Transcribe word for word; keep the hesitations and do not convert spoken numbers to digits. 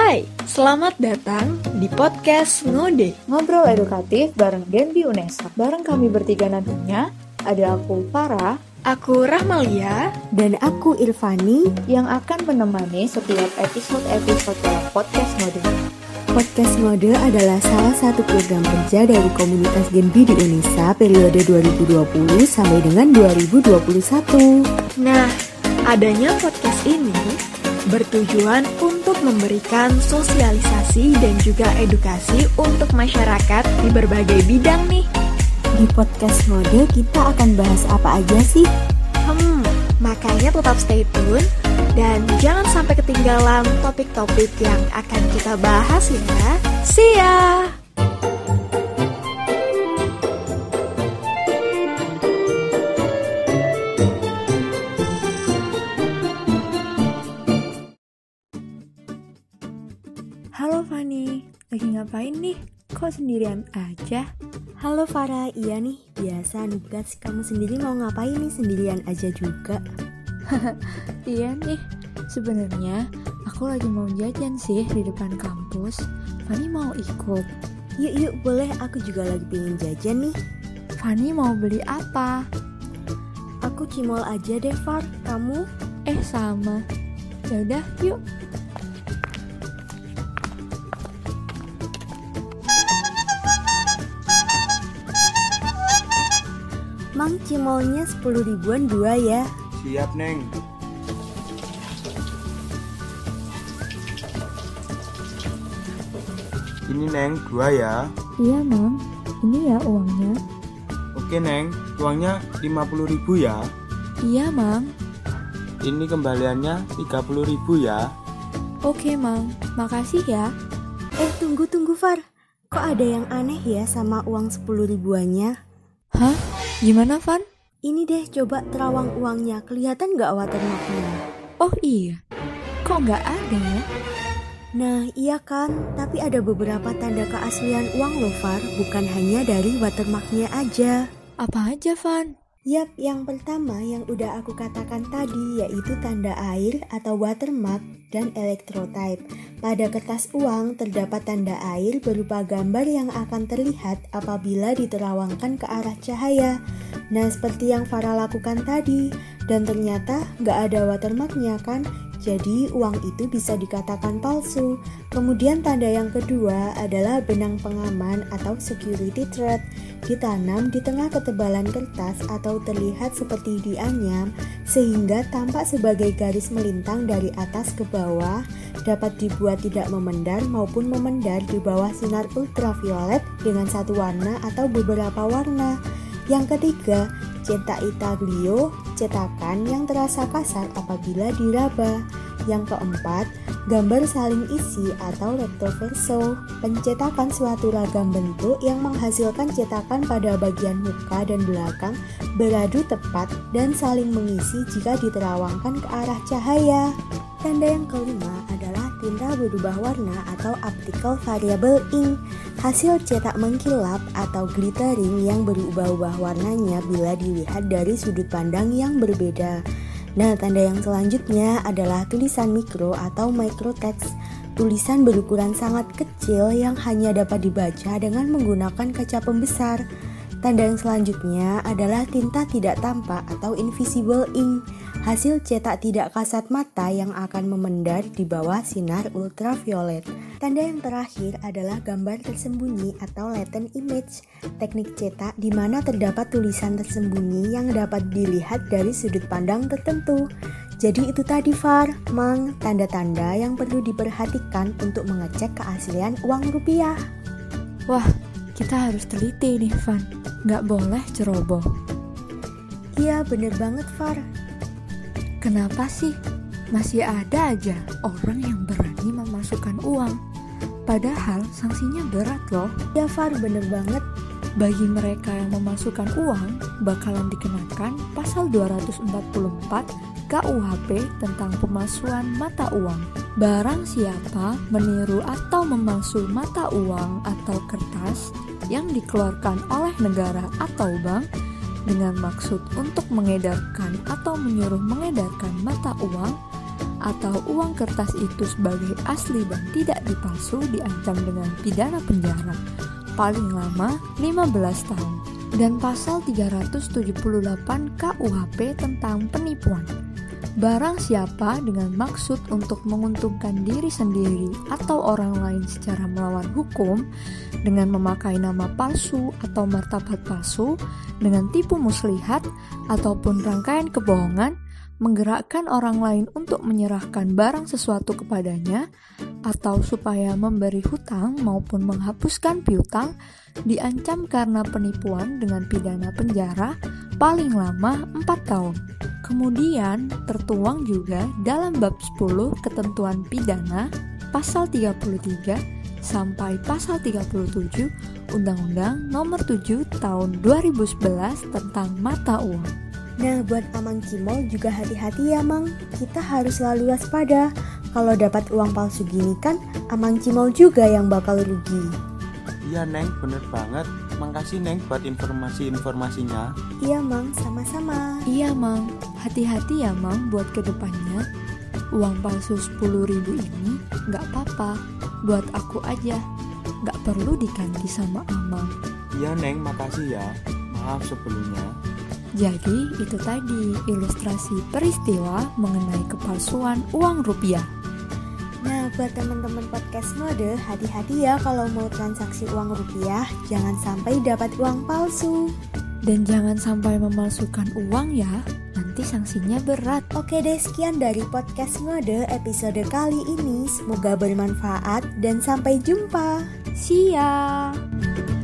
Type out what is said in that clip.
Hai, selamat datang di podcast Ngode. Ngobrol edukatif bareng Genbi Unesa. Bareng kami bertiga nantinya, ada aku Farah, Aku Rahmalia, dan aku Irfani yang akan menemani setiap episode-episode dalam podcast Ngode. Podcast Ngode adalah salah satu program kerja dari komunitas Genbi di Unesa periode dua ribu dua puluh sampai dengan dua ribu dua puluh satu. Nah, adanya podcast ini bertujuan untuk memberikan sosialisasi dan juga edukasi untuk masyarakat di berbagai bidang nih. Di podcast Ngode kita akan bahas apa aja sih? Hmm, makanya tetap stay tune dan jangan sampai ketinggalan topik-topik yang akan kita bahas ya. See ya! Halo Fani, lagi ngapain nih? Kok sendirian aja? Halo Farah, iya nih, biasa nugas. Kamu sendiri mau ngapain nih, sendirian aja juga? Iya nih, sebenarnya aku lagi mau jajan sih di depan kampus. Fani mau ikut? Yuk yuk, boleh, aku juga lagi pengen jajan nih. Fani mau beli apa? Aku cimol aja deh Far, kamu? Eh sama. Yaudah yuk. Mang, cimolnya sepuluh ribuan dua ya. Siap, Neng. Ini, Neng, dua ya. Iya, Mang. Ini ya uangnya. Oke, Neng. Uangnya lima puluh ribu ya. Iya, Mang. Ini kembaliannya tiga puluh ribu ya. Oke, Mang. Makasih ya. Eh, tunggu-tunggu, Far. Kok ada yang aneh ya sama uang sepuluh ribuannya? Hah? Gimana, Van? Ini deh, coba terawang uangnya. Kelihatan gak watermarknya? Oh iya. Kok gak ada ya? Nah, iya kan? Tapi ada beberapa tanda keaslian uang loh, Far. Bukan hanya dari watermarknya aja. Apa aja, Van? Yap, yang pertama yang udah aku katakan tadi yaitu tanda air atau watermark dan electrotype. Pada kertas uang terdapat tanda air berupa gambar yang akan terlihat apabila diterawangkan ke arah cahaya. Nah, seperti yang Farah lakukan tadi, dan ternyata nggak ada watermarknya kan? Jadi uang itu bisa dikatakan palsu. Kemudian tanda yang kedua adalah benang pengaman atau security thread, ditanam di tengah ketebalan kertas atau terlihat seperti dianyam sehingga tampak sebagai garis melintang dari atas ke bawah, dapat dibuat tidak memendar maupun memendar di bawah sinar ultraviolet dengan satu warna atau beberapa warna. Yang ketiga, cetak intaglio, cetakan yang terasa kasar apabila diraba. Yang keempat, gambar saling isi atau recto verso, pencetakan suatu ragam bentuk yang menghasilkan cetakan pada bagian muka dan belakang beradu tepat dan saling mengisi jika diterawangkan ke arah cahaya. Tanda yang kelima adalah tinta berubah warna atau optical variable ink, hasil cetak mengkilap atau glittering yang berubah-ubah warnanya bila dilihat dari sudut pandang yang berbeda. Nah, tanda yang selanjutnya adalah tulisan mikro atau microtext, tulisan berukuran sangat kecil yang hanya dapat dibaca dengan menggunakan kaca pembesar. Tanda yang selanjutnya adalah tinta tidak tampak atau invisible ink, hasil cetak tidak kasat mata yang akan memendar di bawah sinar ultraviolet. Tanda yang terakhir adalah gambar tersembunyi atau latent image, teknik cetak di mana terdapat tulisan tersembunyi yang dapat dilihat dari sudut pandang tertentu. Jadi itu tadi Far, Mang, tanda-tanda yang perlu diperhatikan untuk mengecek keaslian uang rupiah. Wah, kita harus teliti nih, Van. Nggak boleh ceroboh. Iya, bener banget, Far. Kenapa sih masih ada aja orang yang berani memasukkan uang? Padahal sanksinya berat loh. Ya, Far, bener banget. Bagi mereka yang memasukkan uang, bakalan dikenakan pasal dua ratus empat puluh empat K U H P tentang pemalsuan mata uang. Barang siapa meniru atau memalsu mata uang atau kertas yang dikeluarkan oleh negara atau bank dengan maksud untuk mengedarkan atau menyuruh mengedarkan mata uang atau uang kertas itu sebagai asli dan tidak dipalsu diancam dengan pidana penjara paling lama lima belas tahun. Dan pasal tiga ratus tujuh puluh delapan K U H P tentang penipuan. Barang siapa dengan maksud untuk menguntungkan diri sendiri atau orang lain secara melawan hukum dengan memakai nama palsu atau martabat palsu, dengan tipu muslihat ataupun rangkaian kebohongan, menggerakkan orang lain untuk menyerahkan barang sesuatu kepadanya, atau supaya memberi hutang maupun menghapuskan piutang, diancam karena penipuan dengan pidana penjara paling lama empat tahun. Kemudian tertuang juga dalam bab sepuluh ketentuan pidana pasal tiga puluh tiga sampai pasal tiga puluh tujuh Undang-Undang Nomor tujuh Tahun dua ribu sebelas tentang mata uang. Nah, buat Amang Cimol juga hati-hati ya, Mang. Kita harus selalu waspada. Kalau dapat uang palsu gini kan, Amang Cimol juga yang bakal rugi. Iya, Neng, bener banget. Makasih, Neng, buat informasi-informasinya. Iya, Mang, sama-sama. Iya, Mang. Hati-hati ya, Mang, buat kedepannya. Uang palsu sepuluh ribu ini gak apa-apa. Buat aku aja. Gak perlu diganti sama Amang. Iya, Neng, makasih ya. Maaf sebelumnya. Jadi itu tadi ilustrasi peristiwa mengenai kepalsuan uang rupiah. Nah, buat teman-teman podcast Ngode, hati-hati ya kalau mau transaksi uang rupiah, jangan sampai dapat uang palsu. Dan jangan sampai memalsukan uang ya, nanti sanksinya berat. Oke deh, sekian dari podcast Ngode episode kali ini. Semoga bermanfaat dan sampai jumpa. See ya.